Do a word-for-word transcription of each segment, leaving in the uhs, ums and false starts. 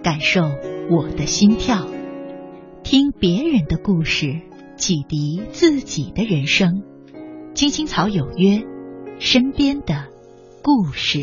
感受我的心跳，听别人的故事，启迪自己的人生。青青草有约，身边的故事。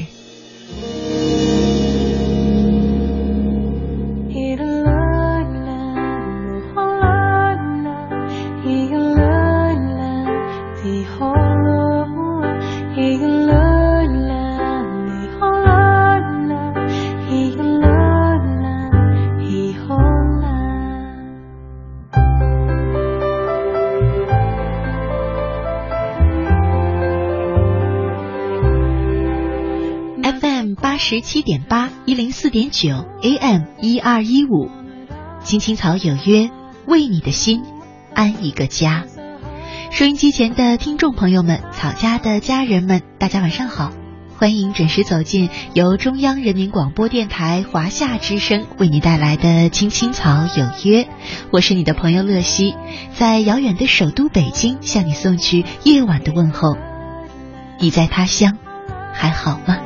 八十七点八，一零四点九 A M 一二一五，青青草有约，为你的心安一个家。收音机前的听众朋友们，草家的家人们，大家晚上好，欢迎准时走进由中央人民广播电台华夏之声为你带来的青青草有约。我是你的朋友乐西，在遥远的首都北京向你送去夜晚的问候。你在他乡还好吗？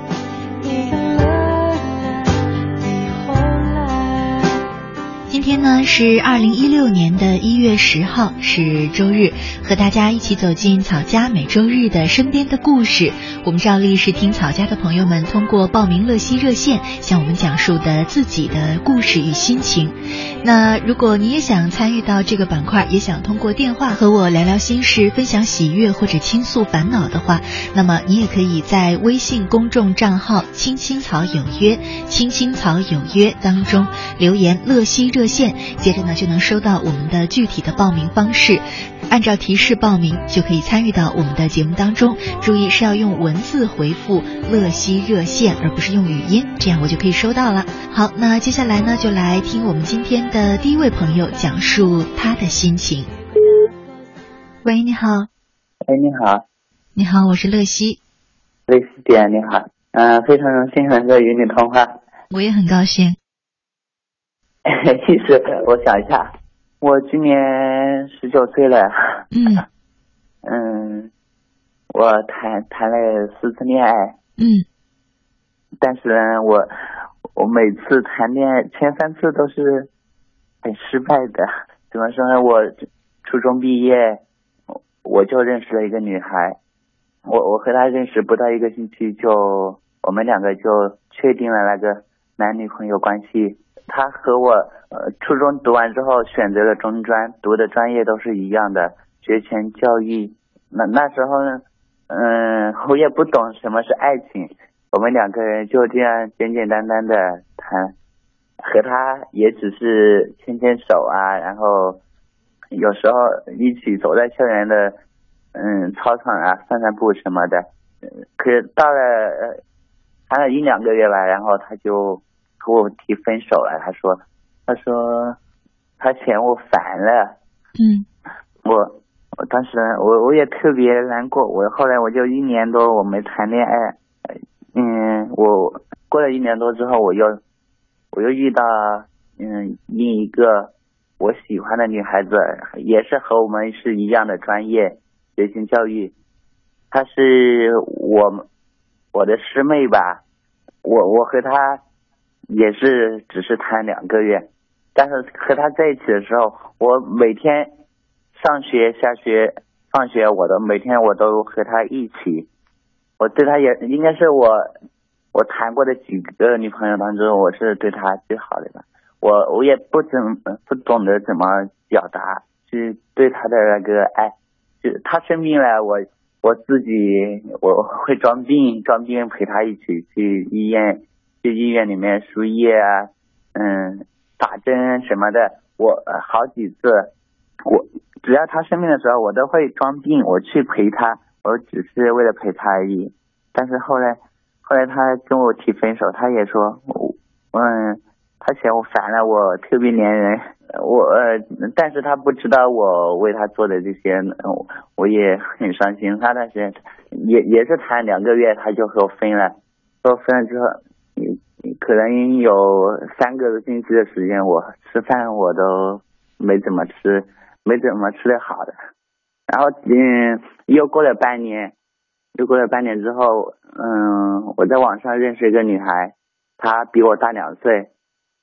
今天呢是二零一六年的一月十号，是周日，和大家一起走进草家每周日的身边的故事。我们照例是听草家的朋友们通过报名乐西热线向我们讲述的自己的故事与心情。那如果你也想参与到这个板块，也想通过电话和我聊聊心事，分享喜悦或者倾诉烦恼的话，那么你也可以在微信公众账号青青草有约青青草有约当中留言乐西热线，接着呢就能收到我们的具体的报名方式，按照提示报名就可以参与到我们的节目当中。注意是要用文字回复乐西热线，而不是用语音，这样我就可以收到了。好，那接下来呢就来听我们今天的第一位朋友讲述他的心情。喂，你好。 喂，你好。 你好，我是乐西。 乐西姐，你好。嗯、呃，非常荣幸能够与你通话。 我也很高兴。 其实我想一下，我今年十九岁了。 嗯嗯，我谈谈了四次恋爱。 嗯， 但是呢，我我每次谈恋爱前三次都是很失败的。怎么说呢？我初中毕业，我就认识了一个女孩，我我和她认识不到一个星期就，我们两个就确定了那个男女朋友关系。他和我呃初中读完之后选择了中专，读的专业都是一样的，学前教育。那那时候呢，嗯，我也不懂什么是爱情，我们两个人就这样简简单单的谈，和他也只是牵牵手啊，然后有时候一起走在校园的嗯操场啊散散步什么的。可是到了呃谈了一两个月吧，然后他就和我提分手了。他说他说他嫌我烦了。 嗯， 我我当时我我也特别难过。我后来我就一年多我没谈恋爱。嗯，我过了一年多之后，我又我又遇到嗯另一个我喜欢的女孩子，也是和我们是一样的专业，学前教育。她是我我的师妹吧。我我和她也是只是谈两个月，但是和他在一起的时候，我每天上学下学放学我都每天我都和他一起。我对他也应该是我我谈过的几个女朋友当中，我是对他最好的吧。我我也不怎不懂得怎么表达去对他的那个爱。就他生病了，我我自己我会装病装病陪他一起去医院去医院里面输液啊，嗯，打针什么的。我、呃、好几次，我只要他生病的时候，我都会装病，我去陪他，我只是为了陪他而已。但是后来，后来他跟我提分手，他也说，嗯，他嫌我烦了，我特别粘人，我呃，但是他不知道我为他做的这些，我也很伤心。他那时也也是谈两个月，他就和我分了，和我分了之后。可能有三个星期的时间，我吃饭我都没怎么吃，没怎么吃得好的。然后嗯，又过了半年，又过了半年之后，嗯，我在网上认识一个女孩，她比我大两岁，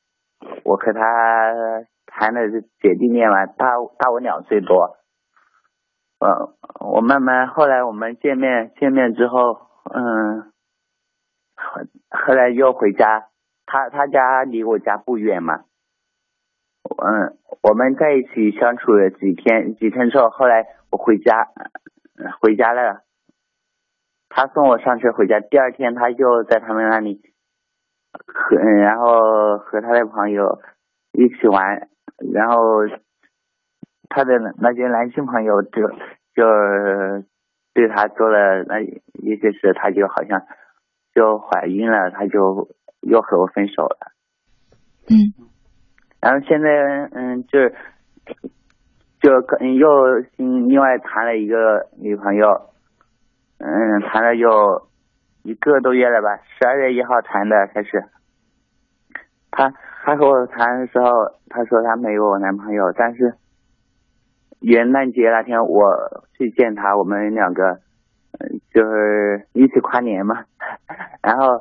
我和他谈的是姐弟恋嘛，大大我两岁多。呃，我慢慢后来我们见面见面之后，嗯，后来又回家，他他家离我家不远嘛。嗯，我们在一起相处了几天，几天之后，后来我回家，回家了。他送我上车回家，第二天他就在他们那里和，然后和他的朋友一起玩，然后他的那些男性朋友就就对他做了那一些事，他就好像就怀孕了，他就又和我分手了。 嗯。 然后现在嗯，就就又另外谈了一个女朋友，嗯，谈了有一个多月了吧，十二月一号谈的开始。他他和我谈的时候，他说他没有男朋友，但是元旦节那天我去见他，我们两个嗯就是一起跨年嘛，然后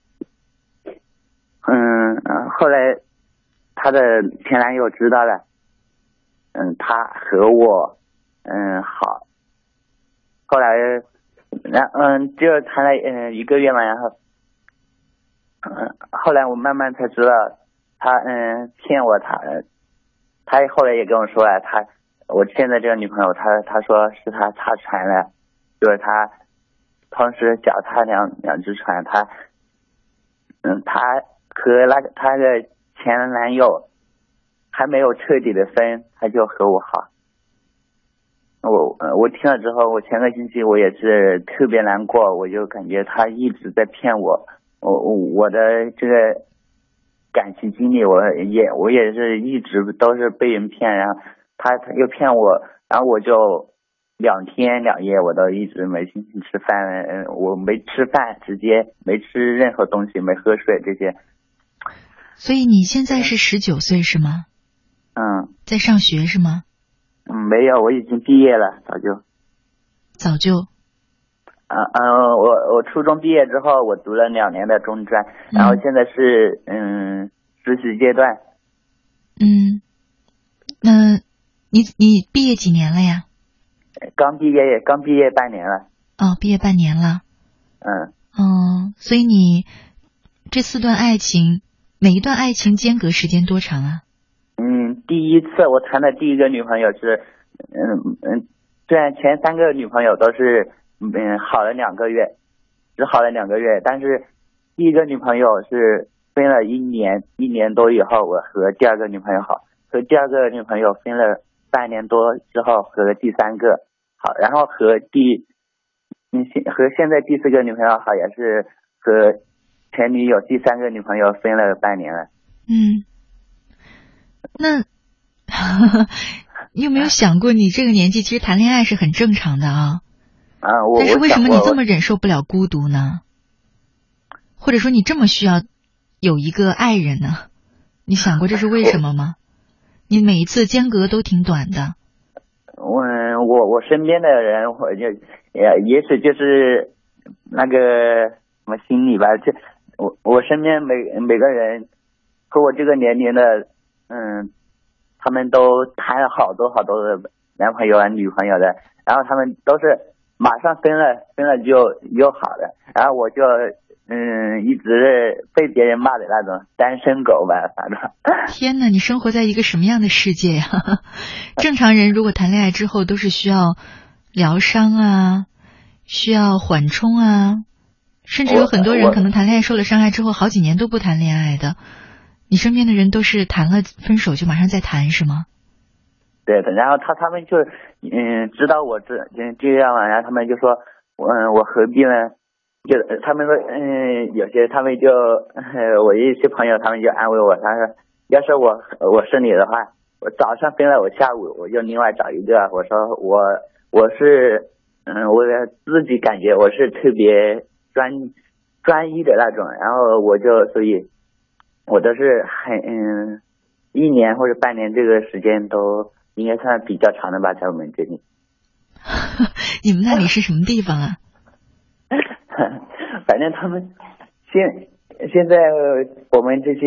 嗯嗯后来。她的前男友知道了，嗯，他和我，嗯，好，后来，然嗯，就谈了嗯一个月嘛，然后，嗯，后来我慢慢才知道，他嗯骗我，他，他后来也跟我说了，他我现在这个女朋友，他他说是他插船了，就是他同时脚踏两两只船，他，嗯，他和那个他的。前男友还没有彻底的分，他就和我好。我我听了之后，我前个星期我也是特别难过，我就感觉他一直在骗我。我我的这个感情经历，我也我也是一直都是被人骗，然后他他又骗我，然后我就两天两夜我都一直没心情吃饭，嗯，我没吃饭，直接没吃任何东西，没喝水这些。 所以你现在是十九岁是吗？ 嗯。 在上学是吗？ 嗯，没有，我已经毕业了，早就。 早就。 嗯嗯，我我初中毕业之后，我读了两年的中专，然后现在是嗯实习阶段。 嗯，那你你毕业几年了呀？ 刚毕业，刚毕业半年了。 哦，毕业半年了。 嗯。 嗯，所以你这四段爱情。每一段爱情间隔时间多长啊？ 嗯，第一次我谈的第一个女朋友是，嗯嗯，虽然前三个女朋友都是嗯好了两个月，只好了两个月，但是第一个女朋友是分了一年一年多以后，我和第二个女朋友好，和第二个女朋友分了半年多之后和第三个好，然后和第嗯和现在第四个女朋友好，也是和。前女友第三个女朋友分了半年了。 嗯，那你有没有想过，你这个年纪其实谈恋爱是很正常的啊？ 啊，我但是为什么你这么忍受不了孤独呢？或者说你这么需要有一个爱人呢？你想过这是为什么吗？你每一次间隔都挺短的。 我我我身边的人，我就也也许就是那个什么心理吧，就。我我身边每每个人和我这个年龄的，嗯，他们都谈了好多好多的男朋友啊女朋友的，然后他们都是马上分了，分了就又好了，然后我就嗯一直被别人骂的那种单身狗吧，反正。 天哪，你生活在一个什么样的世界呀？正常人如果谈恋爱之后都是需要疗伤啊，需要缓冲啊。甚至有很多人可能谈恋爱受了伤害之后好几年都不谈恋爱的，你身边的人都是谈了分手就马上再谈是吗？ 对的，然后他他们就嗯知道我这这样了，然后他们就说嗯我何必呢？就他们说嗯有些他们就我一些朋友他们就安慰我，他说要是我我是你的话，我早上分了，我下午我就另外找一个。我说我我是嗯我自己感觉我是特别。专专一的那种，然后我就所以，我都是很嗯，一年或者半年这个时间都应该算比较长的吧，在我们这里。 你们那里是什么地方啊？ 反正他们现现在我们这些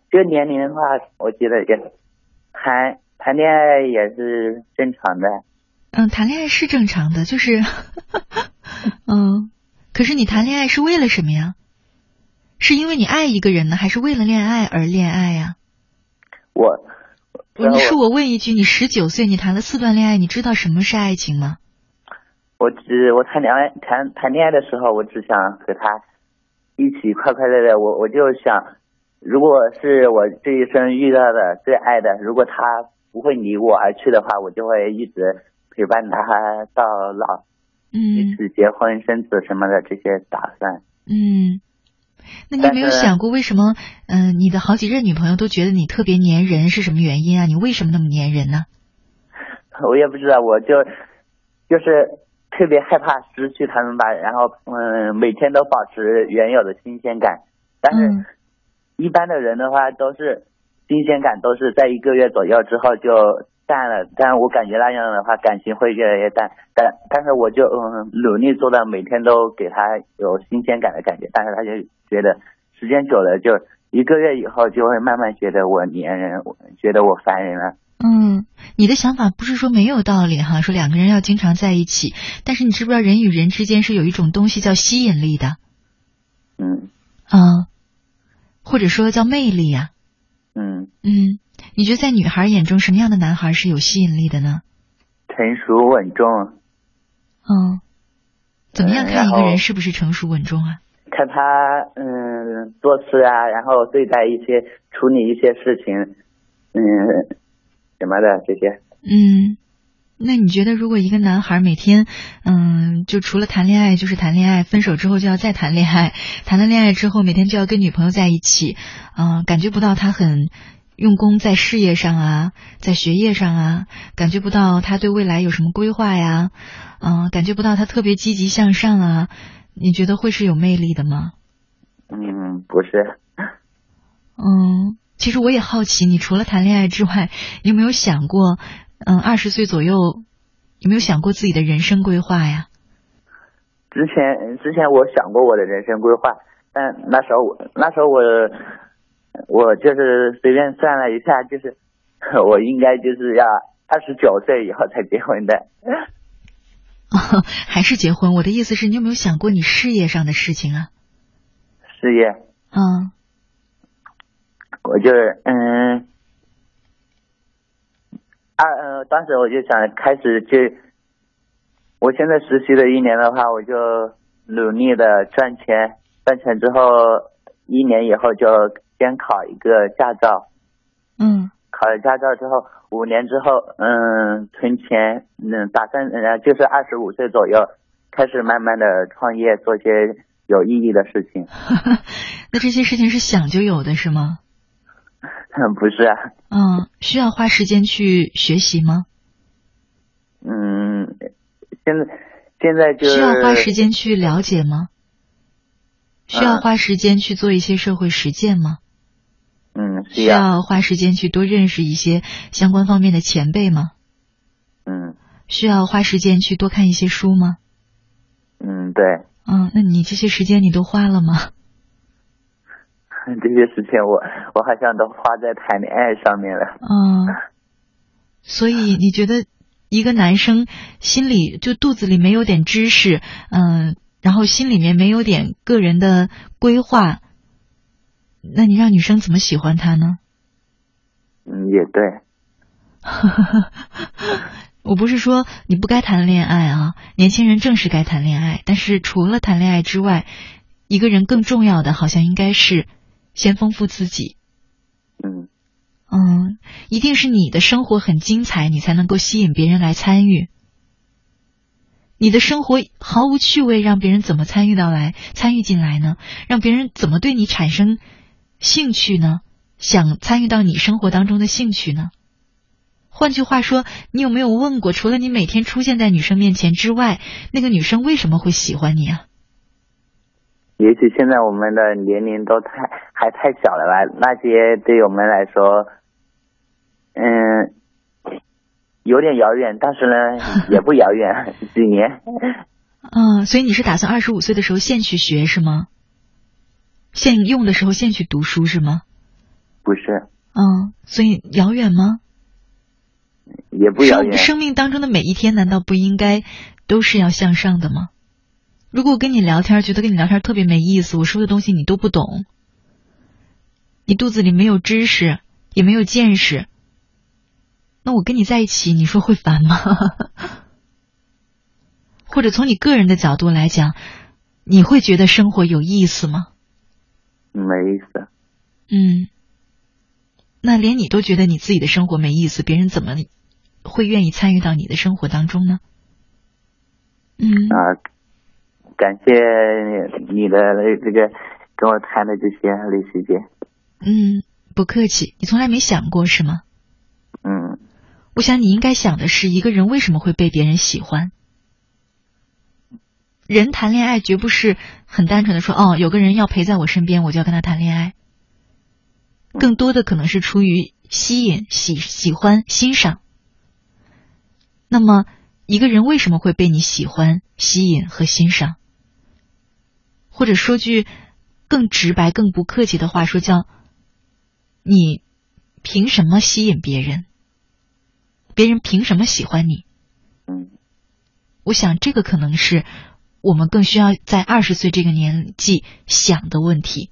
这个年龄的话，我觉得也谈谈恋爱也是正常的。 嗯，谈恋爱是正常的，就是嗯，可是你谈恋爱是为了什么呀？是因为你爱一个人呢，还是为了恋爱而恋爱呀？ 我， 我你恕我问一句，你十九岁，你谈了四段恋爱，你知道什么是爱情吗？ 我只我谈恋爱谈谈恋爱的时候，我只想和他一起快快乐乐。我我就想，如果是我这一生遇到的最爱的，如果他不会离我而去的话，我就会一直陪伴他到老， 嗯， 一起结婚生子什么的这些打算。 嗯，那你有没有想过为什么嗯、呃、你的好几任女朋友都觉得你特别粘人，是什么原因啊？你为什么那么粘人呢？ 我也不知道，我就就是特别害怕失去他们吧，然后嗯每天都保持原有的新鲜感，但是、嗯、一般的人的话都是新鲜感都是在一个月左右之后就淡了，但我感觉那样的话感情会越来越淡，但但是我就嗯努力做到每天都给他有新鲜感的感觉，但是他就觉得时间久了，就一个月以后就会慢慢觉得我粘人，觉得我烦人了。 嗯，你的想法不是说没有道理哈，说两个人要经常在一起，但是你知不知道人与人之间是有一种东西叫吸引力的？ 嗯， 啊，或者说叫魅力呀、 啊。嗯嗯，你觉得在女孩眼中什么样的男孩是有吸引力的呢？ 成熟稳重。 嗯，怎么样看一个人是不是成熟稳重啊？ 看他嗯做事啊，然后对待一些处理一些事情，嗯什么的这些。 嗯，那你觉得如果一个男孩每天嗯就除了谈恋爱就是谈恋爱，分手之后就要再谈恋爱，谈了恋爱之后每天就要跟女朋友在一起，嗯、呃，感觉不到他很用功在事业上啊，在学业上啊，感觉不到他对未来有什么规划呀，嗯、呃，感觉不到他特别积极向上啊，你觉得会是有魅力的吗？ 嗯，不是。 嗯，其实我也好奇，你除了谈恋爱之外，你有没有想过，嗯，二十岁左右有没有想过自己的人生规划呀？ 之前之前我想过我的人生规划，但那时候我那时候我我就是随便算了一下，就是我应该就是要二十九岁以后才结婚的。 哦，还是结婚？我的意思是你有没有想过你事业上的事情啊？ 事业？ 嗯， 我就是嗯，二呃，当时我就想开始就，我现在实习的一年的话，我就努力的赚钱，赚钱之后一年以后就先考一个驾照。 嗯。 考了驾照之后，五年之后，嗯，存钱，嗯，打算，呃，就是二十五岁左右，开始慢慢的创业，做些有意义的事情。 那这些事情是想就有的是吗？ 不是啊。 嗯，需要花时间去学习吗？ 嗯，现在现在就是需要花时间去了解吗？需要花时间去做一些社会实践吗？ 嗯， 需要花时间去多认识一些相关方面的前辈吗？ 嗯， 需要花时间去多看一些书吗？ 嗯，对。 嗯，那你这些时间你都花了吗？ 这些时间我我好像都花在谈恋爱上面了。 嗯，所以你觉得一个男生心里就肚子里没有点知识，嗯，然后心里面没有点个人的规划，那你让女生怎么喜欢他呢？ 嗯，也对。 我不是说你不该谈恋爱啊，年轻人正是该谈恋爱，但是除了谈恋爱之外，一个人更重要的好像应该是先丰富自己。 嗯嗯，一定是你的生活很精彩，你才能够吸引别人来参与。你的生活毫无趣味，让别人怎么参与到来参与进来呢？让别人怎么对你产生兴趣呢？想参与到你生活当中的兴趣呢？换句话说，你有没有问过，除了你每天出现在女生面前之外，那个女生为什么会喜欢你啊？ 也许现在我们的年龄都太还太小了吧，那些对我们来说，嗯，有点遥远，但是呢，也不遥远，几年。 嗯，所以你是打算二十五岁的时候现去学是吗？现用的时候现去读书是吗？ 不是。 嗯，所以遥远吗？ 也不遥远。 生生命当中的每一天难道不应该都是要向上的吗？如果我跟你聊天觉得跟你聊天特别没意思，我说的东西你都不懂，你肚子里没有知识也没有见识，那我跟你在一起你说会烦吗？或者从你个人的角度来讲，你会觉得生活有意思吗？ 没意思。 嗯，那连你都觉得你自己的生活没意思，别人怎么会愿意参与到你的生活当中呢？嗯啊，感谢你的这个跟我谈的这些李师姐。 嗯，不客气。你从来没想过是吗？ 嗯， 我想你应该想的是，一个人为什么会被别人喜欢。人谈恋爱绝不是很单纯的说，哦，有个人要陪在我身边，我就要跟他谈恋爱。更多的可能是出于吸引、喜喜欢、欣赏。那么，一个人为什么会被你喜欢、吸引和欣赏？或者说句更直白、更不客气的话说，叫你凭什么吸引别人？别人凭什么喜欢你？ 嗯， 我想这个可能是我们更需要在二十岁这个年纪想的问题。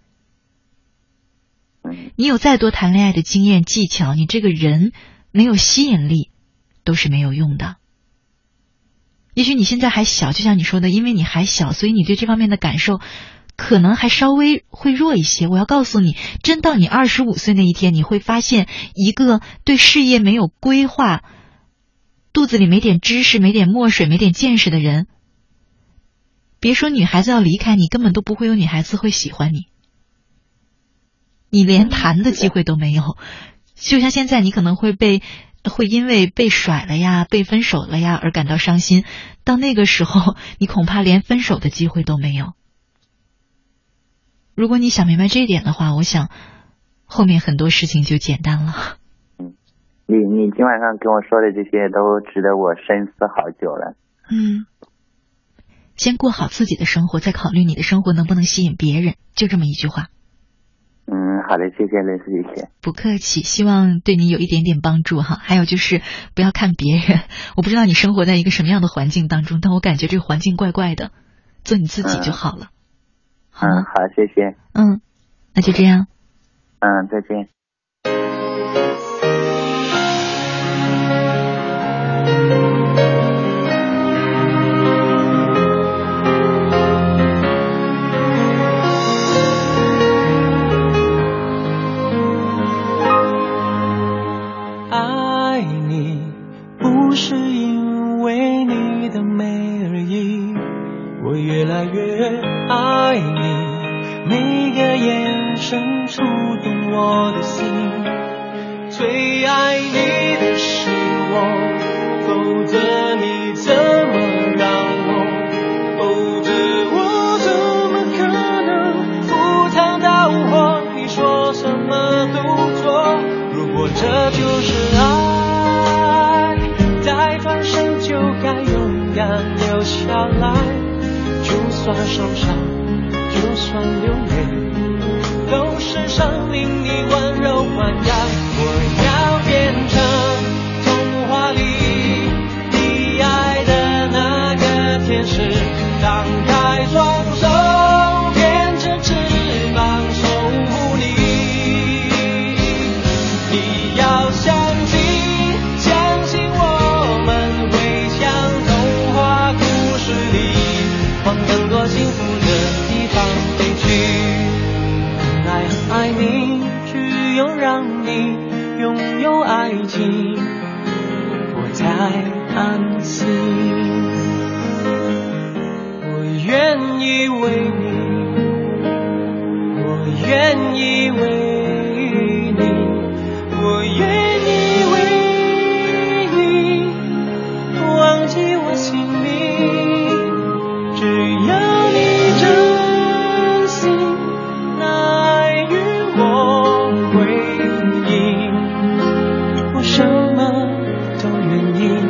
你有再多谈恋爱的经验技巧，你这个人没有吸引力都是没有用的。也许你现在还小，就像你说的，因为你还小，所以你对这方面的感受可能还稍微会弱一些。我要告诉你，真到你二十五岁那一天，你会发现一个对事业没有规划，肚子里没点知识、没点墨水、没点见识的人，别说女孩子要离开你，根本都不会有女孩子会喜欢你。你连谈的机会都没有，就像现在你可能会被会因为被甩了呀、被分手了呀而感到伤心，到那个时候你恐怕连分手的机会都没有。如果你想明白这一点的话，我想后面很多事情就简单了。 嗯，你你今晚上跟我说的这些都值得我深思好久了。 嗯，先过好自己的生活，再考虑你的生活能不能吸引别人，就这么一句话。 嗯，好的，谢谢雷师姐。 不客气，希望对你有一点点帮助哈。还有就是不要看别人，我不知道你生活在一个什么样的环境当中，但我感觉这个环境怪怪的，做你自己就好了。 嗯，好吗？嗯，好，谢谢。 嗯，那就这样。 嗯，再见。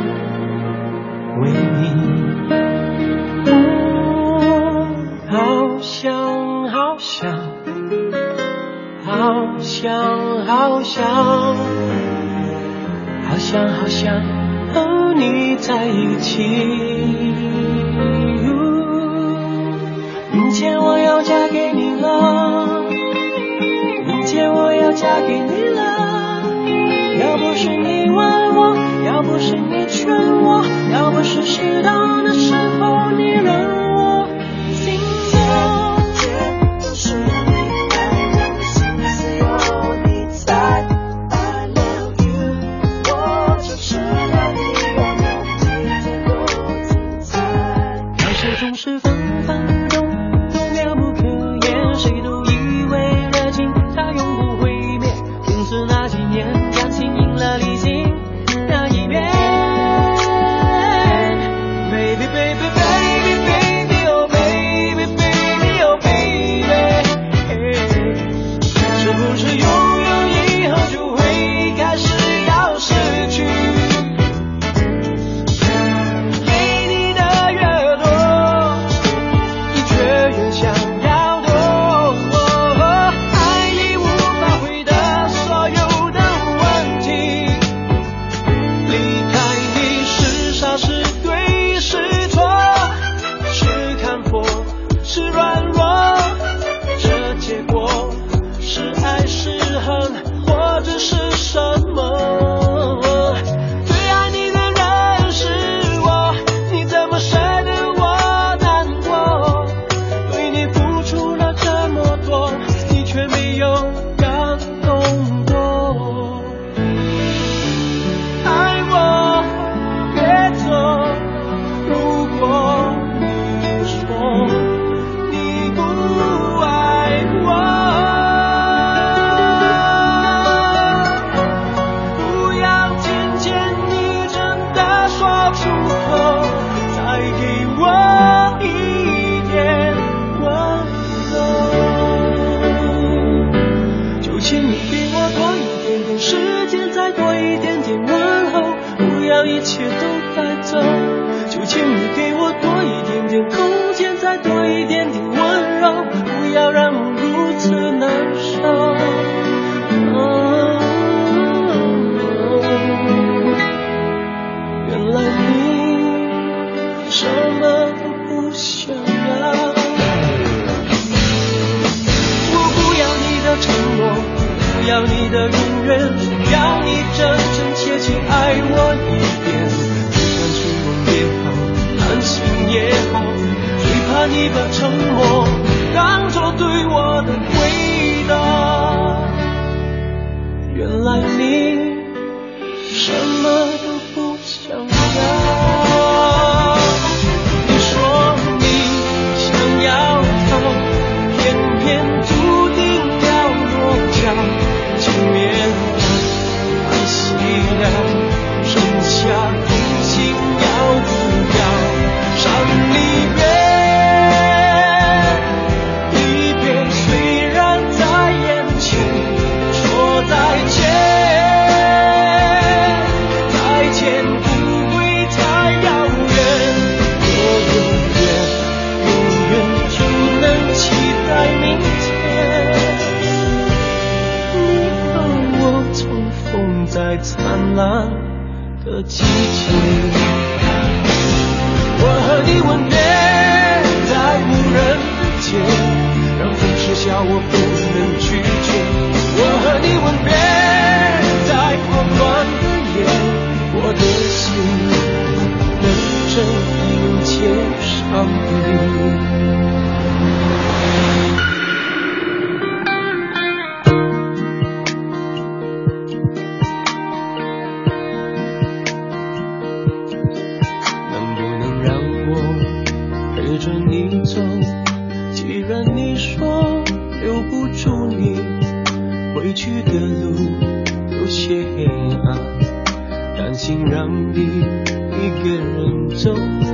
为你，哦。 我想，好想好想和你在一起。明天我要嫁给你了，明天我要嫁给你了。要不是你问我，要不是你劝我，要不是适当的时候你让我心动。都是你爱我的心思有你在 I love you， 我就是要你让我每天都精彩。爱是总是分分钟都妙不可言，谁都以为热情它永不会灭，凭着那几年感情赢了理性那一面。 Baby baby baby baby oh baby baby oh baby， 是不是拥有以后就会开始要失去？给你的越多，你却越想要多。爱你无法回答所有的问题，离开你是傻是对是错，是看破是软弱，这结果是爱是恨或者是什么？最爱你的人是我，你怎么舍得我难过？对你付出了这么多，你却没有感动过。爱我别走，如果你说你不爱我，不要渐渐你真的说出口，再给我一点温柔。就请你给我多一点点时间，再多一点点问候，不要一切都带走。就请你给我多一点点空间，再多一点点温柔，不要让我如此难受。哦原来你什么都不想要。我不要你的承诺，不要你的永远，只要你真真切切爱我一遍。就算是梦也好，安心也好，最怕你把沉默当作对我的回答。原来你什么都不想要。你说你想要逃，偏偏注定要落脚。前面安息了，剩下平心要不要伤离别？离别虽然在眼前，说再见，再见不会太遥远。我永远永远只能期待明天，你和我重逢在灿烂的季节。我和你吻别在无人的街，让风痴笑我不能拒绝。我和你吻别在狂乱的夜，我的心等着迎接上你。能不能让我陪着你走？既然你说留不住你，回去的路有些黑暗，担心让你一个人走，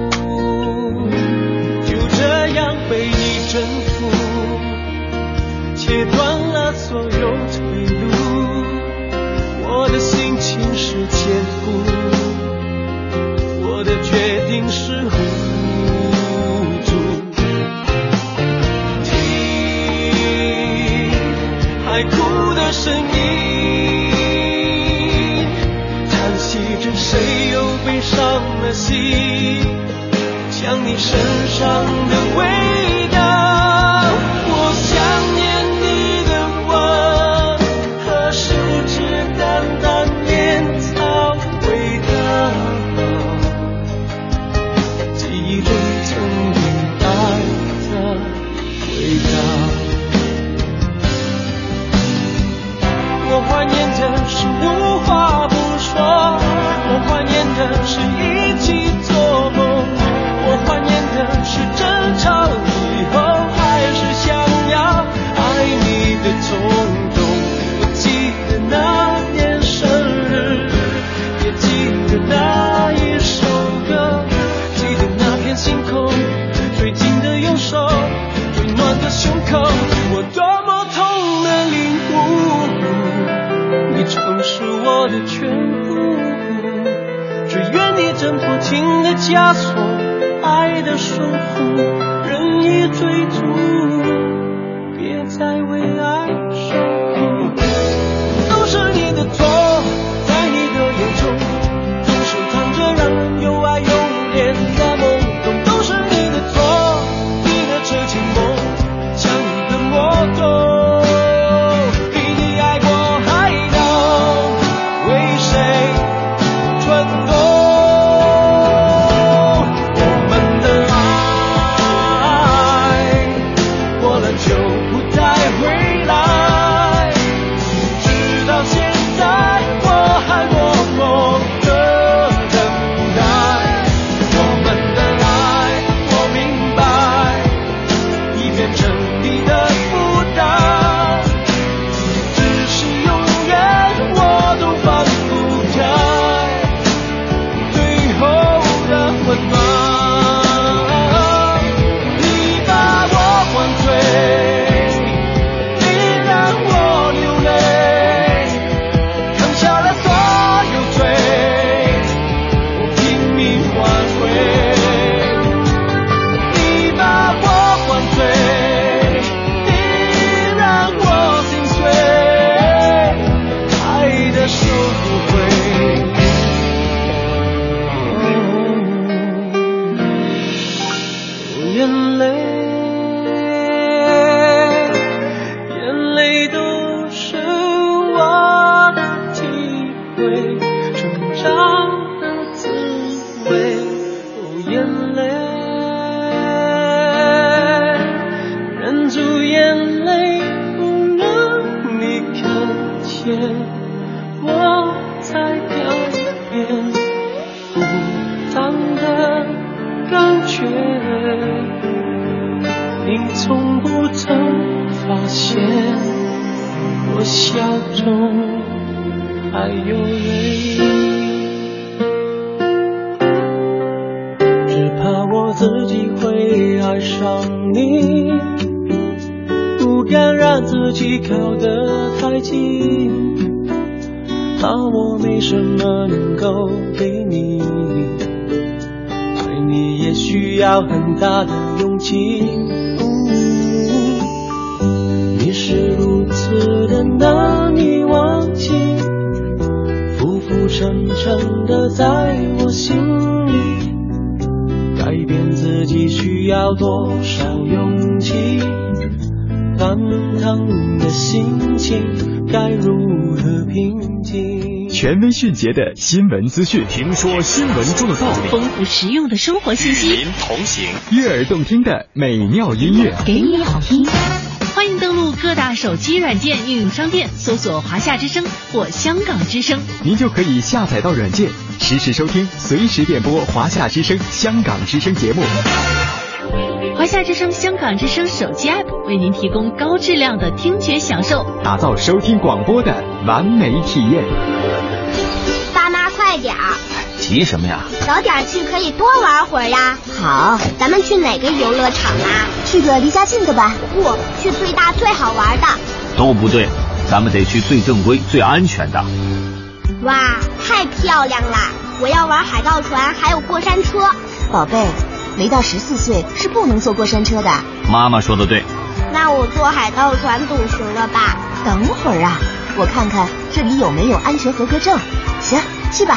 就这样被你征服，切断了所有退路。我的心情是坚固，我的决定是糊涂。听海哭的声音， 谁又背上了戏，将你身上的味道。我想念你的吻和手指淡淡烟草味道，记忆中曾经爱的味道。我怀念的是无话不说，我怀念的是一起做梦，我怀念的是争吵以后还是想要爱你的冲动。我记得那年生日，也记得那一首歌，记得那片星空，最紧的右手，最暖的胸口，我多么痛的领悟，你曾是我的全部，只愿你挣脱情的枷锁，爱的束缚，任意追逐，别再为爱受苦。都是你的错，在你的眼中总是藏着让人又爱又怜的懵懂。都是你的错，你的痴情梦像一个魔洞。很大的勇气、嗯、你是如此的难以忘记，浮浮沉沉的在我心里，改变自己需要多少勇气，翻腾的心情该如何平静。 权威迅捷的新闻资讯， 评说新闻中的道理， 丰富实用的生活信息， 与您同行， 悦耳动听的美妙音乐， 给你好听。欢迎登录各大手机软件应用商店，搜索华夏之声或香港之声， 您就可以下载到软件，实时收听，随时点播华夏之声、香港之声节目。 华夏之声、香港之声手机 app 为您提供高质量的听觉享受， 打造收听广播的完美体验。 爸妈快点儿！ 急什么呀？ 早点去可以多玩会儿呀。 好， 咱们去哪个游乐场啊？ 去个离家近的吧。 不，去最大最好玩的。 都不对，咱们得去最正规、最安全的。 哇，太漂亮啦！我要玩海盗船，还有过山车。 宝贝，没到十四岁是不能坐过山车的。 妈妈说的对。 那我坐海盗船总行了吧？ 等会儿啊，我看看这里有没有安全合格证。行，去吧。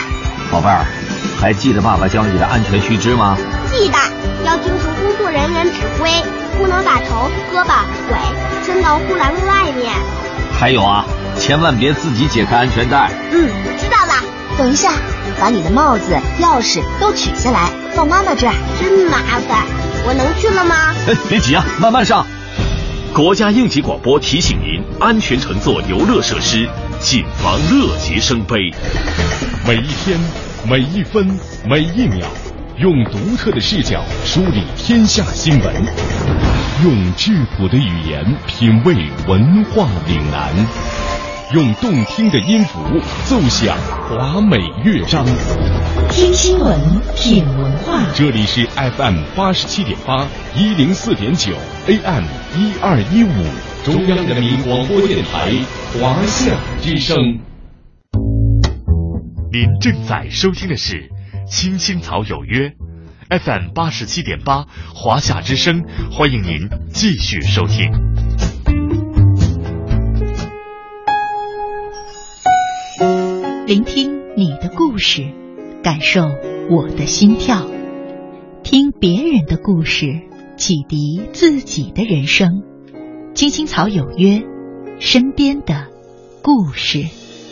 宝贝儿，还记得爸爸教你的安全须知吗？ 记得，要听从工作人员指挥，不能把头、胳膊、腿伸到护栏外面。 还有啊，千万别自己解开安全带。 嗯，知道了。 等一下，把你的帽子、钥匙都取下来，放妈妈这儿。 真麻烦，我能去了吗？ 哎，别急啊，慢慢上。国家应急广播提醒您：安全乘坐游乐设施，谨防乐极生悲。 每一天，每一分，每一秒，用独特的视角梳理天下新闻，用质朴的语言品味文化岭南，用动听的音符奏响华美乐章。 听新闻，品文化。 这里是 F M 八十七点八，一零四点九 A M 一二一五，中央人民广播电台华夏之声。 您正在收听的是青青草有约 F M 八十七点八华夏之声，欢迎您继续收听。 聆听你的故事，感受我的心跳，听别人的故事，启迪自己的人生。青青草有约，身边的故事。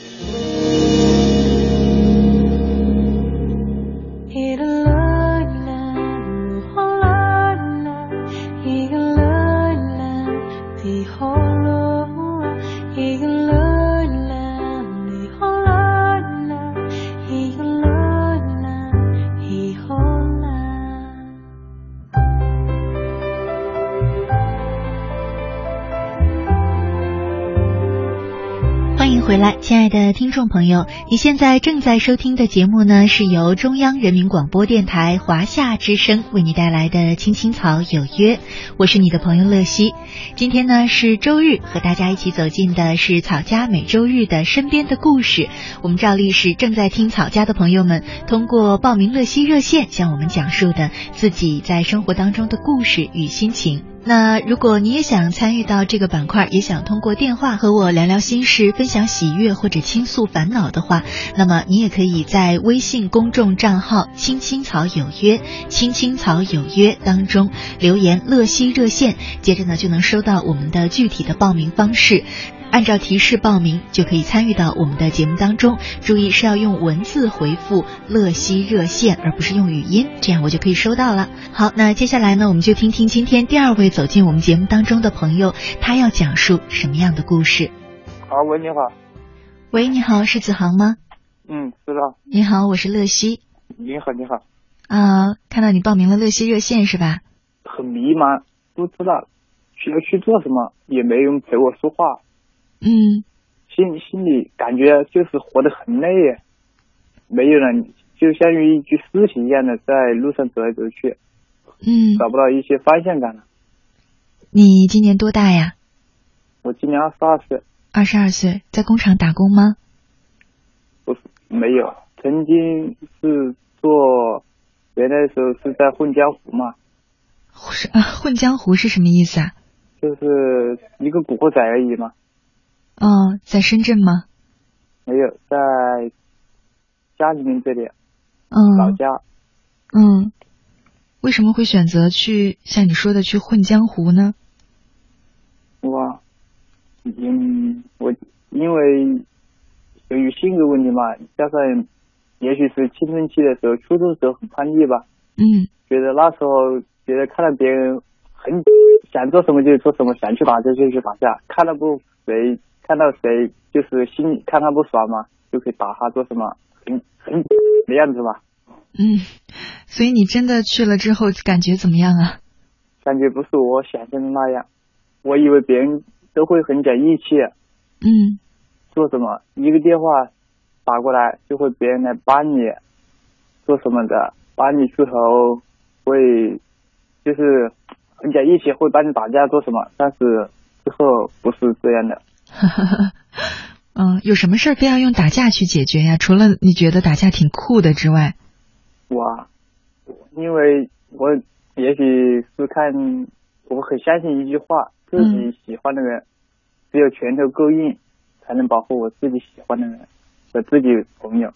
回来，亲爱的听众朋友，你现在正在收听的节目呢，是由中央人民广播电台华夏之声为你带来的青青草有约，我是你的朋友乐西。今天呢是周日，和大家一起走进的是草家每周日的身边的故事。我们照例是正在听草家的朋友们通过报名乐西热线向我们讲述的自己在生活当中的故事与心情。那如果你也想参与到这个板块，也想通过电话和我聊聊心事，分享喜悦或者倾诉烦恼的话，那么你也可以在微信公众账号青青草有约青青草有约当中留言乐西热线，接着呢就能收到我们的具体的报名方式，按照提示报名就可以参与到我们的节目当中。注意是要用文字回复乐西热线，而不是用语音，这样我就可以收到了。好，那接下来呢，我们就听听今天第二位走进我们节目当中的朋友，他要讲述什么样的故事。 好，喂，你好。 喂，你好，是子航吗？ 嗯，是的。 你好，我是乐西。 你好，你好。 啊，看到你报名了乐西热线是吧？ 很迷茫，不知道需要去做什么，也没人陪我说话。 嗯， 心心里感觉就是活得很累，没有人，就像于一具尸体一样的在路上走来走去， 嗯， 找不到一些方向感了。 你今年多大呀？ 我今年二十二岁。 二十二岁，在工厂打工吗？ 不是，没有，曾经是做，原来的时候是在混江湖嘛。 是啊，混江湖是什么意思啊？ 就是一个古惑仔而已嘛。 哦，在深圳吗？ 没有，在家里面这里， 嗯， 老家。 嗯，为什么会选择去像你说的去混江湖呢？ 我，嗯，我因为由于性格问题嘛，加上也许是青春期的时候，初中的时候很叛逆吧。 嗯， 觉得那时候觉得看到别人很想做什么就做什么，想去打架就去打架，看到不谁。看到谁就是心里看他不爽嘛，就可以打他，做什么很很的样子吧。 嗯，所以你真的去了之后感觉怎么样啊？ 感觉不是我想象的那样，我以为别人都会很讲义气。 嗯， 做什么一个电话打过来就会别人来帮你做什么的，帮你出头，会就是很讲义气，会帮你打架做什么，但是之后不是这样的。 嗯，有什么事非要用打架去解决呀？除了你觉得打架挺酷的之外。 我因为我也许是看我很相信一句话，自己喜欢的人、嗯、只有拳头够硬才能保护我自己喜欢的人和自己朋友。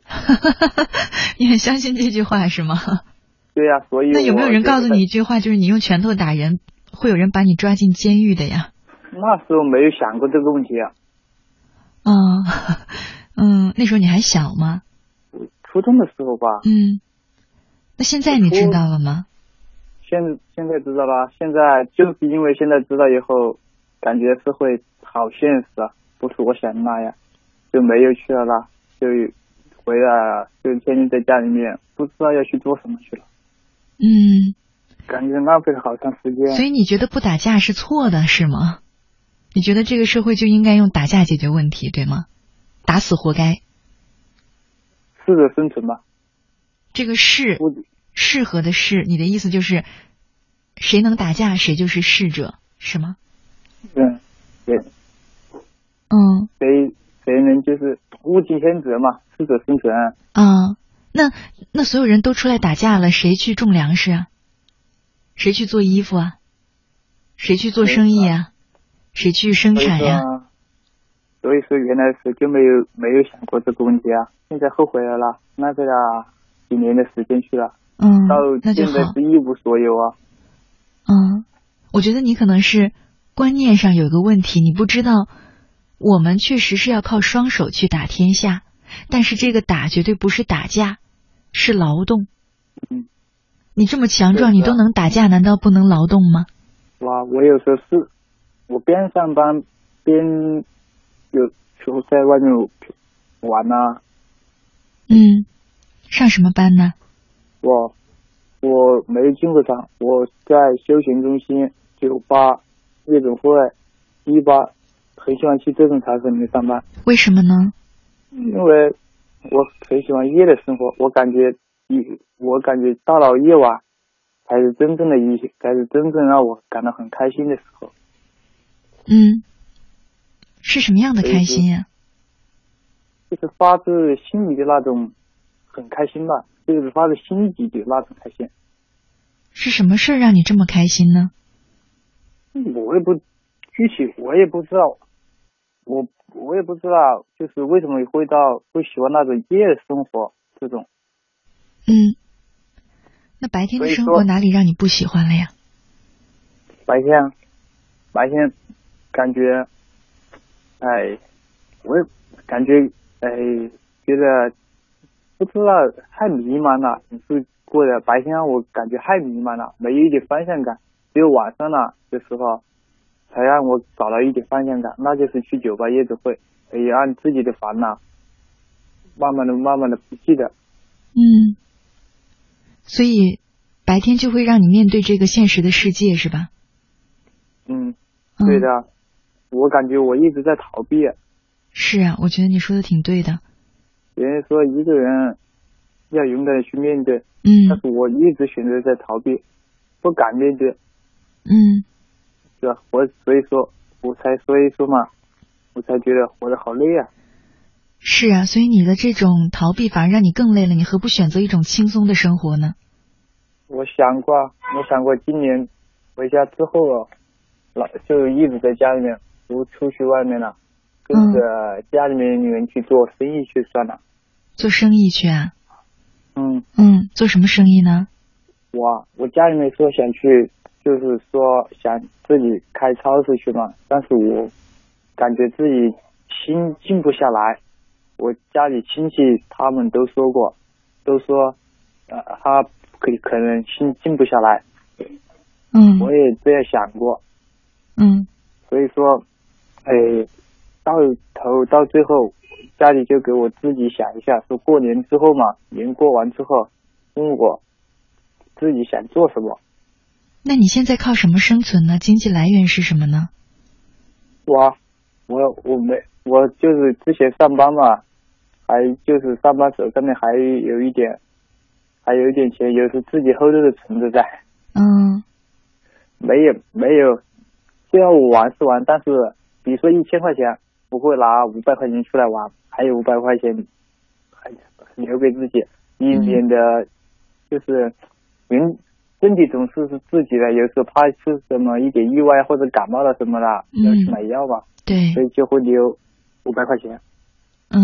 你很相信这句话是吗？ 对呀、啊，所以那有没有人告诉你一句话，就是你用拳头打人，会有人把你抓进监狱的呀？ 那时候没有想过这个问题啊。 哦，嗯，那时候你还小吗？ 初中的时候吧。 嗯，那现在你知道了吗？ 现现在知道了，现在就是因为现在知道以后，感觉社会好现实啊，不是我想的那样，就没有去了啦，就回来了，就天天在家里面，不知道要去做什么去了。 嗯， 感觉浪费了好长时间。 所以你觉得不打架是错的，是吗？你觉得这个社会就应该用打架解决问题，对吗？打死活该。 适者生存吧。这个适适合的适，你的意思就是谁能打架谁就是适者，是吗？ 嗯，对。 嗯。 谁谁能就是物竞天择嘛，适者生存。 嗯，那那所有人都出来打架了，谁去种粮食啊？谁去做衣服啊？谁去做生意啊？谁去生产呀？ 所以说原来是就没有没有想过这个问题啊，现在后悔了啦，浪费了几年的时间去了。 嗯， 到那就好。 现在是一无所有啊。 嗯，我觉得你可能是观念上有个问题，你不知道我们确实是要靠双手去打天下，但是这个打绝对不是打架，是劳动。 嗯， 你这么强壮，你都能打架，难道不能劳动吗？ 哇，我有时候是我边上班边有时候在外面玩啊。 嗯，上什么班呢？ 我我没有进过厂，我在休闲中心、酒吧、夜总会、迪吧，很喜欢去这种场所里面上班。为什么呢？因为我很喜欢夜的生活，我感觉一我感觉到了夜晚才是真正的一才是真正让我感到很开心的时候。 嗯，是什么样的开心呀、啊？ 就是发自心里的那种很开心吧，就是发自心底的那种开心。 是什么事让你这么开心呢？ 我也不具体，我也不知道，我我也不知道，就是为什么会到会喜欢那种夜的生活这种。 嗯，那白天的生活哪里让你不喜欢了呀？ 白天，白天感觉，哎，我也感觉哎，觉得不知道太迷茫了。你是过的白天，我感觉太迷茫了，没有一点方向感。只有晚上了的时候，才让我找到一点方向感，那就是去酒吧、夜总会，可以让自己的烦恼慢慢的、慢慢的不记得。 嗯，所以白天就会让你面对这个现实的世界，是吧？ 嗯，对的。嗯、我感觉我一直在逃避。 是啊，我觉得你说的挺对的。 别人说一个人要勇敢的去面对， 嗯， 但是我一直选择在逃避，不敢面对。 嗯， 是吧？我所以说，我才所以说嘛，我才觉得活得好累啊。 是啊，所以你的这种逃避反而让你更累了，你何不选择一种轻松的生活呢？ 我想过，我想过今年回家之后啊，老就一直在家里面，不出去外面了，跟着家里面女人去做生意去算了。 做生意去啊？ 嗯嗯，做什么生意呢？ 我我家里面说想去，就是说想自己开超市去嘛，但是我感觉自己心静不下来。我家里亲戚他们都说过，都说呃他可可能心静不下来。 嗯， 我也这样想过。 嗯， 所以说，哎，到头到最后，家里就给我自己想一下，说过年之后嘛，年过完之后，问我自己想做什么。 那你现在靠什么生存呢？经济来源是什么呢？ 我我我没我就是之前上班嘛，还就是上班手上面还有一点，还有一点钱，有时自己厚厚的存着在。 嗯， 没有没有，虽然我玩是玩，但是比如说一千块钱，我会拿五百块钱出来玩，还有五百块钱还留给自己，以免的，就是人身体总是是自己的，有时候怕出什么一点意外或者感冒了什么的，要去买药嘛， 对， 所以就会留五百块钱。 嗯，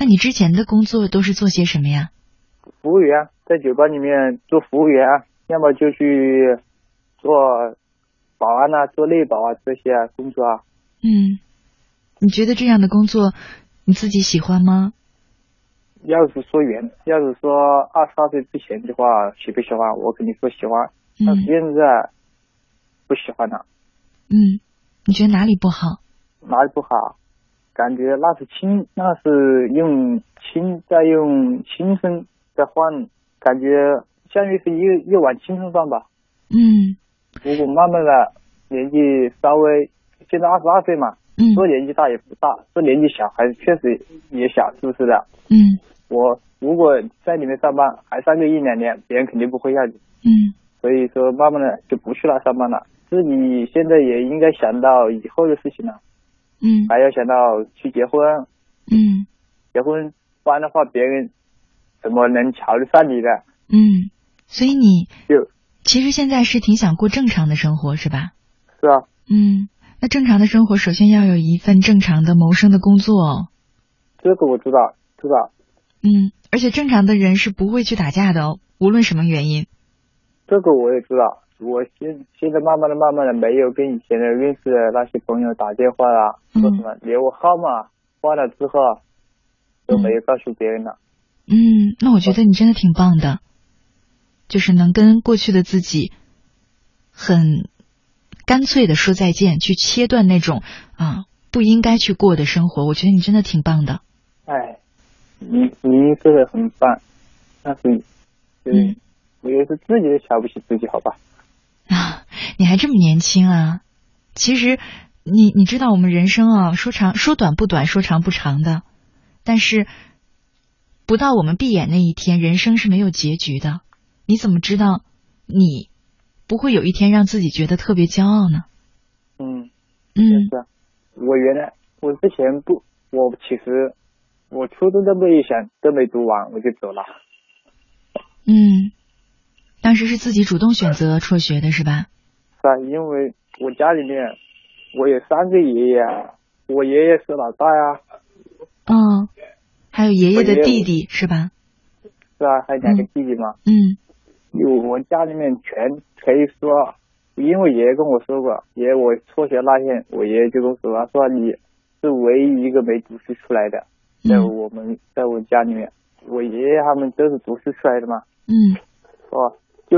那你之前的工作都是做些什么呀？ 服务员，在酒吧里面做服务员，要么就去做保安啊，做内保啊这些工作啊。 嗯，你觉得这样的工作你自己喜欢吗？ 要是说原，要是说二十二岁之前的话，喜不喜欢？我肯定说喜欢， 嗯、 但是现在不喜欢了。 嗯，你觉得哪里不好？ 哪里不好？感觉那是青，那是用青再用青春再换，感觉相当于是一一碗青春饭吧。 嗯， 如果慢慢的年纪稍微，现在二十二岁嘛， 嗯， 说年纪大也不大，说年纪小还确实也小，是不是的？ 嗯， 我如果在里面上班还上个一两年，别人肯定不会要你。 嗯， 所以说慢慢的就不去那上班了。自己现在也应该想到以后的事情了。 嗯， 还要想到去结婚。 嗯， 结婚不然的话，别人怎么能瞧得上你的？ 嗯，所以你就其实现在是挺想过正常的生活，是吧？ 是啊。 嗯，那正常的生活首先要有一份正常的谋生的工作哦。 这个我知道，知道。 嗯，而且正常的人是不会去打架的哦，无论什么原因。 这个我也知道，我现现在慢慢的、慢慢的没有跟以前的认识的那些朋友打电话啦， 嗯、 说什么，连我号码换了之后都没有告诉别人了。 嗯，那我觉得你真的挺棒的，就是能跟过去的自己很干脆的说再见，去切断那种啊不应该去过的生活。我觉得你真的挺棒的。 哎，你你说的很棒，但是嗯，我也是自己都瞧不起自己，好吧？ 啊，你还这么年轻啊！其实你你知道我们人生啊，说长说短不短，说长不长的，但是不到我们闭眼那一天，人生是没有结局的。你怎么知道你不会有一天让自己觉得特别骄傲呢？ 嗯嗯， 是。我原来我之前不，我其实我初中都没想都没读完我就走了。 嗯，当时是自己主动选择辍学的是吧？ 是啊，因为我家里面我有三个爷爷，我爷爷是老大呀。 嗯，还有爷爷的弟弟是吧？ 是啊，还有两个弟弟嘛。 嗯， 有我家里面全可以说，因为爷爷跟我说过，爷爷我辍学那天，我爷爷就跟我说，他说你是唯一一个没读书出来的，在我们在我家里面，我爷爷他们都是读书出来的嘛。 嗯， 哦，就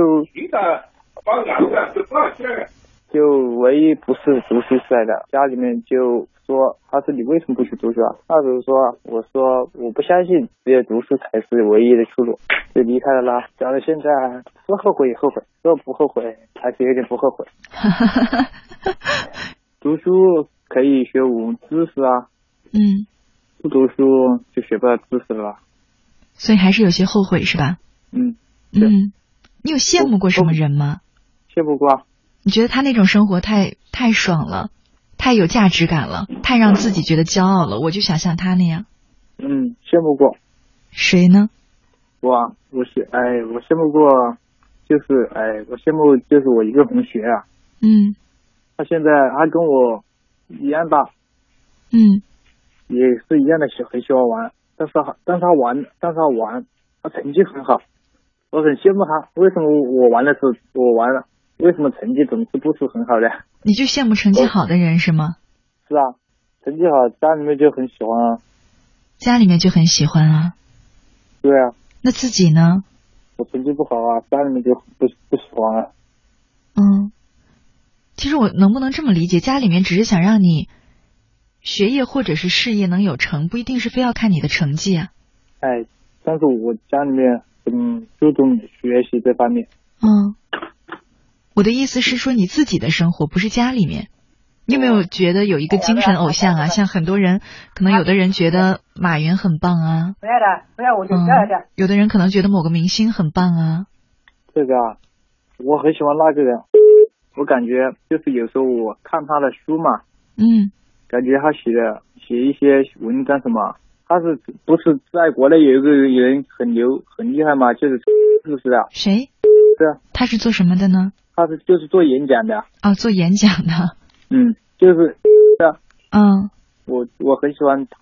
就唯一不是读书出来的，家里面就说，他说你为什么不去读书啊？那时候说，我说我不相信，只有读书才是唯一的出路，就离开了啦。讲到现在，说后悔也后悔，说不后悔还是有点不后悔。读书可以学五门知识啊， 嗯， 不读书就学不到知识了， 所以还是有些后悔是吧？ 嗯嗯，你有羡慕过什么人吗？ 羡慕过。 你觉得他那种生活太太爽了，太有价值感了，太让自己觉得骄傲了，我就想像他那样。 嗯，羡慕过。 谁呢？ 我我是哎，我羡慕过，就是哎，我羡慕就是我一个同学啊。 嗯。 他现在他跟我一样大。 嗯。 也是一样的，喜很喜欢玩，但是他但是他玩，但是他玩，他成绩很好，我很羡慕他。为什么我玩的时候我玩了？为什么成绩总是不是很好的？ 你就羡慕成绩好的人是吗？ 是啊，成绩好，家里面就很喜欢啊。 家里面就很喜欢啊。 对啊。 那自己呢？ 我成绩不好啊，家里面就不不喜欢啊。 嗯，其实我能不能这么理解？家里面只是想让你学业或者是事业能有成，不一定是非要看你的成绩啊。 哎，但是我家里面很注重学习这方面。 嗯。我的意思是说你自己的生活，不是家里面。你有没有觉得有一个精神偶像啊？像很多人，可能有的人觉得马云很棒啊， 不要的，不要我就不要的。有的人可能觉得某个明星很棒啊。 这个啊，我很喜欢那个人，我感觉就是有时候我看他的书嘛， 嗯， 感觉他写的写一些文章什么，他是不是在国内有一个人很牛很厉害嘛？就是是不是啊？ 谁？ 是啊。 他是做什么的呢？ 他是就是做演讲的。 哦，做演讲的。 嗯，就是是啊。 嗯， 我我很喜欢他，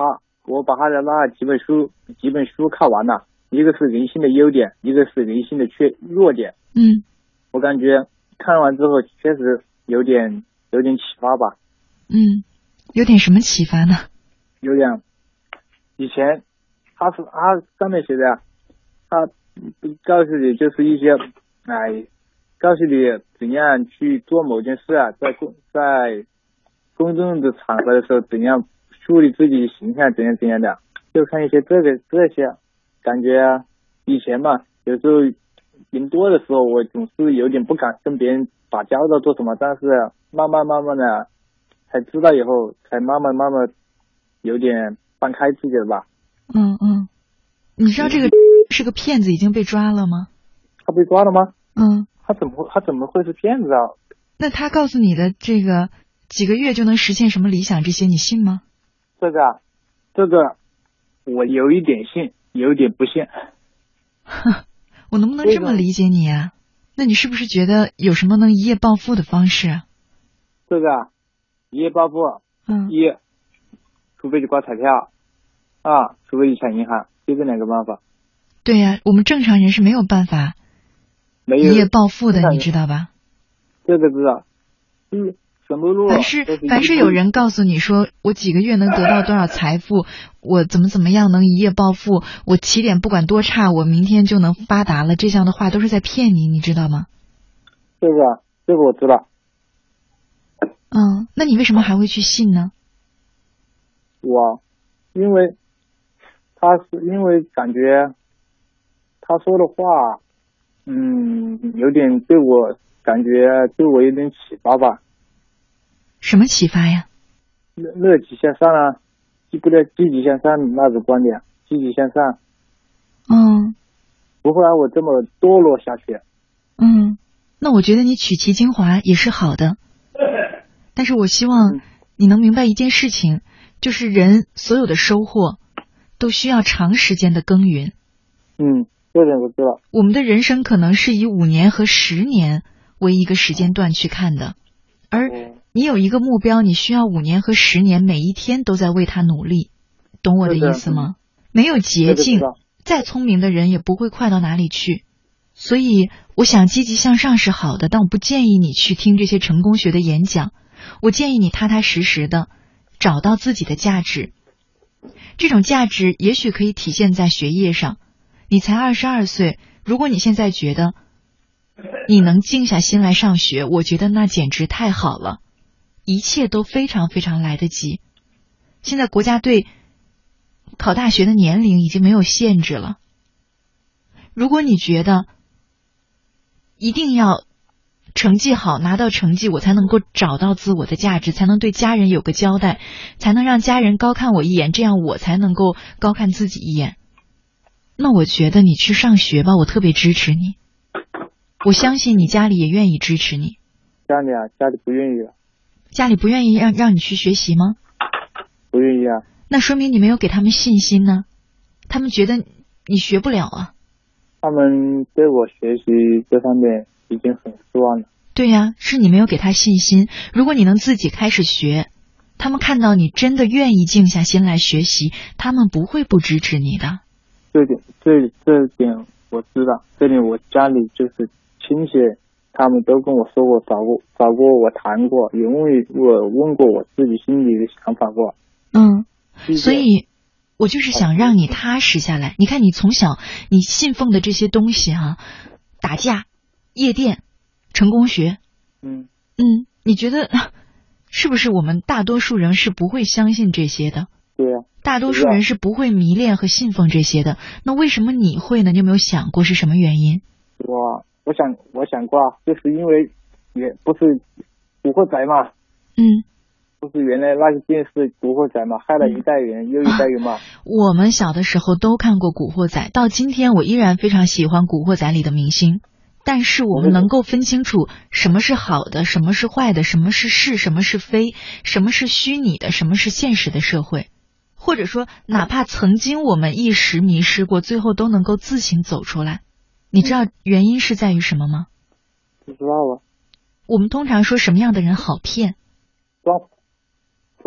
我把他的那几本书几本书看完了，一个是人性的优点，一个是人性的缺弱点。 嗯， 我感觉看完之后确实有点有点启发吧。 嗯，有点什么启发呢？ 有点，以前他是他上面写的，他告诉你就是一些，哎，告诉你怎样去做某件事啊，在公在公众的场合的时候怎样树立自己形象，怎样怎样的，就看一些这个这些，感觉以前嘛，有时候人多的时候，我总是有点不敢跟别人打交道做什么，但是慢慢慢慢的才知道以后，才慢慢慢慢有点放开自己了吧。 嗯嗯，你知道这个是个骗子已经被抓了吗？ 他被抓了吗？ 嗯， 他怎么会他怎么会是骗子啊？ 那他告诉你的这个几个月就能实现什么理想，这些你信吗？ 这个这个我有一点信，有一点不信。 我能不能这么理解你啊？那你是不是觉得有什么能一夜暴富的方式啊？ 这个一夜暴富， 嗯， 一除非你刮彩票，啊，除非你抢银行，就这两个办法。 对呀、啊，我们正常人是没有办法没有一夜暴富的，你知道吧？ 这个知道。嗯，什么路？ 凡是凡是有人告诉你说我几个月能得到多少财富，我怎么怎么样能一夜暴富，我起点不管多差，我明天就能发达了，这样的话都是在骗你，你知道吗？ 这个这个我知道。 嗯，那你为什么还会去信呢？ 我因为他是因为感觉他说的话，嗯，有点对我感觉对我有点启发吧。 什么启发呀？ 乐乐极向上啊，积不得积极向上那种观点，积极向上。 嗯， 不会让我这么堕落下去。 嗯，那我觉得你取其精华也是好的，但是我希望你能明白一件事情，就是人所有的收获都需要长时间的耕耘。 嗯，这点我知道。 我们的人生可能是以五年和十年为一个时间段去看的，而你有一个目标，你需要五年和十年，每一天都在为他努力，懂我的意思吗？没有捷径，再聪明的人也不会快到哪里去。所以我想积极向上是好的，但我不建议你去听这些成功学的演讲，我建议你踏踏实实的找到自己的价值。这种价值也许可以体现在学业上。你才二十二岁，如果你现在觉得你能静下心来上学，我觉得那简直太好了，一切都非常非常来得及。现在国家对考大学的年龄已经没有限制了。如果你觉得一定要成绩好，拿到成绩我才能够找到自我的价值，才能对家人有个交代，才能让家人高看我一眼，这样我才能够高看自己一眼，那我觉得你去上学吧，我特别支持你。我相信你家里也愿意支持你。 家里啊，家里不愿意啊。 家里不愿意让让你去学习吗？ 不愿意啊。 那说明你没有给他们信心呢，他们觉得你学不了啊。 他们对我学习这方面已经很失望了。 对呀、啊，是你没有给他信心。如果你能自己开始学，他们看到你真的愿意静下心来学习，他们不会不支持你的。 这点这这点我知道，这点我家里就是亲戚他们都跟我说过，找过找过我谈过，也问我问过我自己心里的想法过。 嗯，所以我就是想让你踏实下来。你看你从小你信奉的这些东西哈、啊，打架、夜店、成功学， 嗯嗯，你觉得是不是我们大多数人是不会相信这些的？ 对呀、啊， 大多数人是不会迷恋和信奉这些的。那为什么你会呢？你有没有想过是什么原因？ 我我想我想过啊，就是因为也不是古惑仔嘛， 嗯， 不是原来那些电视古惑仔嘛，害了一代人、嗯、又一代人嘛、啊。 我们小的时候都看过古惑仔，到今天我依然非常喜欢古惑仔里的明星。但是我们能够分清楚什么是好的，什么是坏的，什么是是，什么是非，什么是虚拟的，什么是现实的社会。或者说哪怕曾经我们一时迷失过，最后都能够自行走出来。你知道原因是在于什么吗？ 不知道啊。 我们通常说什么样的人好骗？ 装装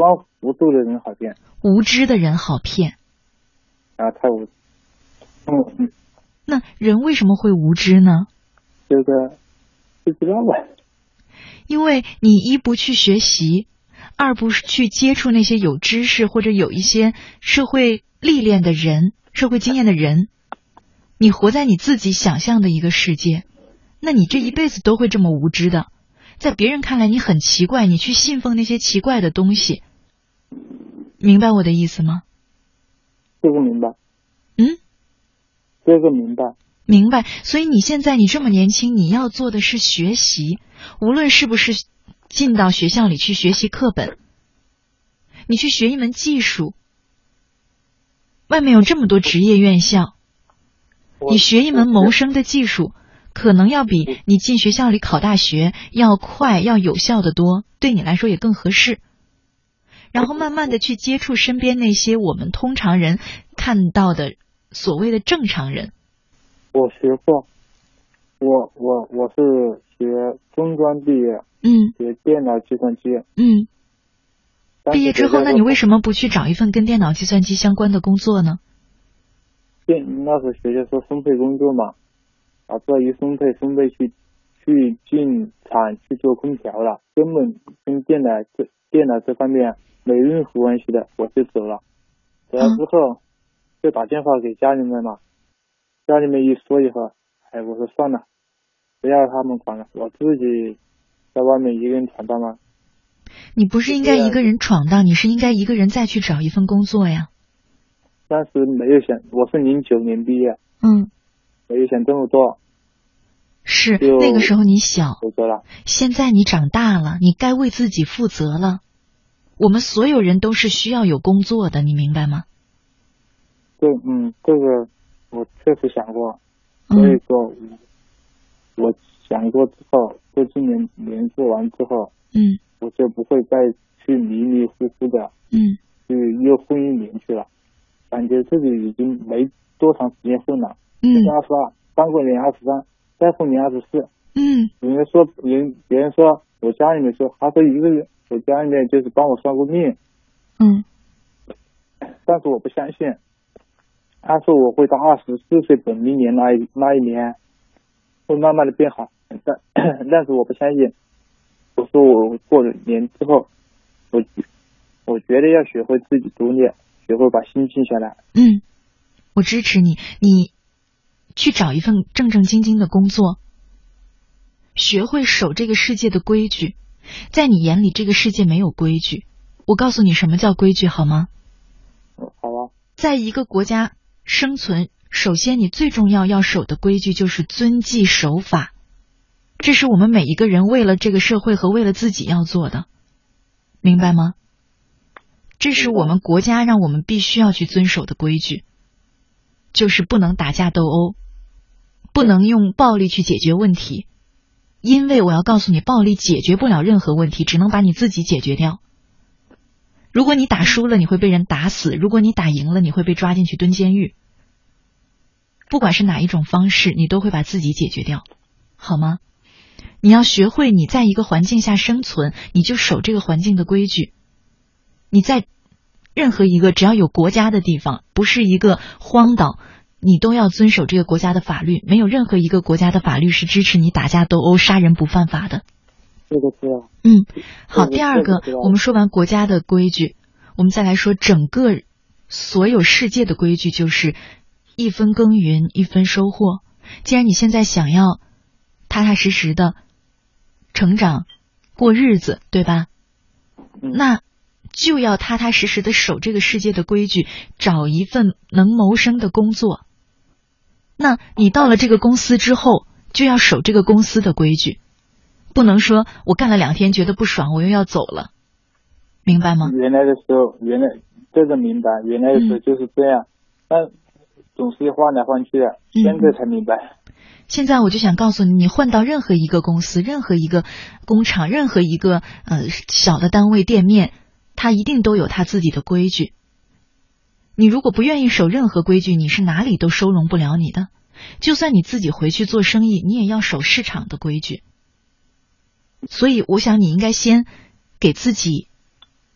不读的人好骗， 无知的人好骗啊，太无知。嗯嗯。 那人为什么会无知呢？ 这个不知道吧。 因为你一不去学习，二不是去接触那些有知识或者有一些社会历练的人、社会经验的人，你活在你自己想象的一个世界，那你这一辈子都会这么无知的。在别人看来你很奇怪，你去信奉那些奇怪的东西，明白我的意思吗？ 这个明白。 嗯， 这个明白。 明白。所以你现在你这么年轻，你要做的是学习，无论是不是进到学校里去学习课本，你去学一门技术。外面有这么多职业院校，你学一门谋生的技术，可能要比你进学校里考大学要快要有效的多，对你来说也更合适。然后慢慢的去接触身边那些我们通常人看到的所谓的正常人。 我学过，我我我是学中专毕业， 嗯， 学电脑计算机， 嗯。毕业之后，那你为什么不去找一份跟电脑计算机相关的工作呢？ 电那时候学校说分配工作嘛，啊，这一分配分配去去进厂去做空调了，根本跟电脑这电脑这方面没任何关系的，我就走了。走了之后、嗯、就打电话给家里面嘛，家里面一说以后，哎，我说算了，不要他们管了，我自己在外面一个人闯荡吗？ 你不是应该一个人闯荡，你是应该一个人再去找一份工作呀。 当时没有想，我是零九年毕业， 嗯， 没有想这么多。 是那个时候你小， 了现在你长大了，你该为自己负责了。我们所有人都是需要有工作的，你明白吗？ 对，嗯，这个我确实想过， 嗯、 所以说我想过之后，就今年年做完之后， 嗯。 我就不会再去迷迷糊糊的， 嗯， 去又混一年去了，感觉自己已经没多长时间混了， 嗯， 二十二，当过年二十三，再混年二十四， 嗯， 有人说人别人说我家里面说，他说一个人，我家里面就是帮我算过命， 嗯， 但是我不相信，他说我会到二十四岁本命年那一那一年会慢慢的变好，但但是我不相信。我说我过了年之后，我我觉得要学会自己独立，学会把心静下来。 嗯，我支持你，你去找一份正正经经的工作，学会守这个世界的规矩。在你眼里，这个世界没有规矩。我告诉你什么叫规矩好吗？ 好啊。 在一个国家生存，首先你最重要要守的规矩就是遵纪守法。这是我们每一个人为了这个社会和为了自己要做的，明白吗？这是我们国家让我们必须要去遵守的规矩，就是不能打架斗殴，不能用暴力去解决问题，因为我要告诉你，暴力解决不了任何问题，只能把你自己解决掉。如果你打输了，你会被人打死；如果你打赢了，你会被抓进去蹲监狱。不管是哪一种方式，你都会把自己解决掉，好吗？你要学会你在一个环境下生存，你就守这个环境的规矩。你在任何一个只要有国家的地方，不是一个荒岛，你都要遵守这个国家的法律。没有任何一个国家的法律是支持你打架斗殴、杀人不犯法的。 这个知道。 嗯，好。第二个，我们说完国家的规矩，我们再来说整个所有世界的规矩，就是一分耕耘一分收获。既然你现在想要踏踏实实的成长过日子，对吧？ 嗯、 那就要踏踏实实的守这个世界的规矩，找一份能谋生的工作。那你到了这个公司之后，就要守这个公司的规矩，不能说我干了两天觉得不爽，我又要走了，明白吗？ 原来的时候，原来这个明白，原来的时候就是这样，嗯、但总是换来换去的，现在才明白。 嗯，现在我就想告诉你，你换到任何一个公司、任何一个工厂、任何一个呃小的单位店面，它一定都有它自己的规矩。你如果不愿意守任何规矩，你是哪里都收容不了你的。就算你自己回去做生意，你也要守市场的规矩。所以我想你应该先给自己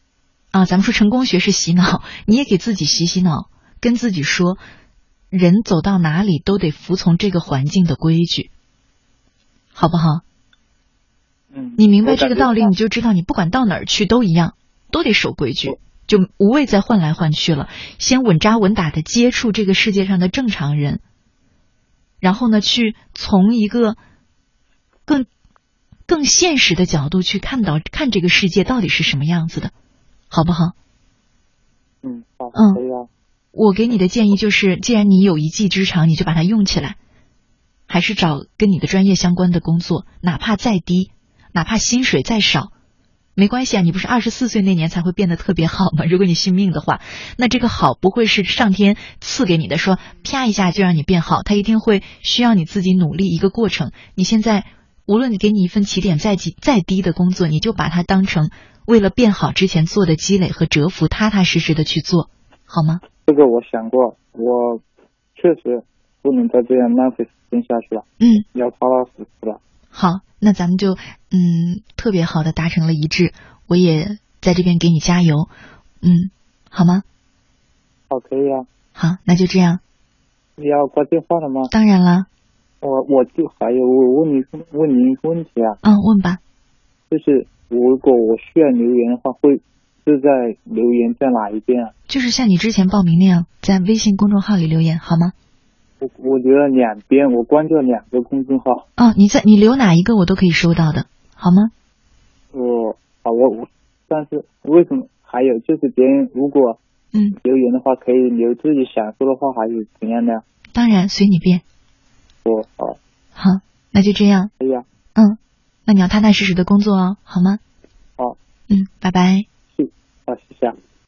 啊，咱们说成功学是洗脑，你也给自己洗洗脑，跟自己说，人走到哪里都得服从这个环境的规矩，好不好？ 嗯， 你明白这个道理，你就知道你不管到哪儿去都一样，都得守规矩，就无谓再换来换去了。先稳扎稳打的接触这个世界上的正常人，然后呢，去从一个更更现实的角度去看到看这个世界到底是什么样子的，好不好？ 嗯，好， 嗯， 可以啊。 我给你的建议就是，既然你有一技之长，你就把它用起来，还是找跟你的专业相关的工作，哪怕再低，哪怕薪水再少，没关系啊。你不是二十四岁那年才会变得特别好吗？如果你信命的话，那这个好不会是上天赐给你的，说啪一下就让你变好，它一定会需要你自己努力一个过程。你现在无论你给你一份起点再低再低的工作，你就把它当成为了变好之前做的积累和蛰伏，踏踏实实的去做，好吗？ 这个我想过，我确实不能再这样浪费时间下去了。 嗯， 要踏踏实实了。 好，那咱们就嗯特别好的达成了一致，我也在这边给你加油，嗯，好吗？ 好，可以啊。 好，那就这样。 你要挂电话了吗？ 当然了。 我我就还有我问你问你一个问题啊。 嗯，问吧。 就是如果我需要留言的话，会是在留言在哪一边啊？ 就是像你之前报名那样，在微信公众号里留言，好吗？ 我我觉得两边，我关注了两个公众号。 哦，你在你留哪一个我都可以收到的，好吗？ 我好，我我，但是为什么还有就是别人如果嗯留言的话，可以留自己想说的话，还是怎样的？ 当然，随你便。 我好。 好，那就这样。 可以啊。 嗯，那你要踏踏实实的工作哦，好吗？ 好。 嗯，拜拜。 是，好，谢谢。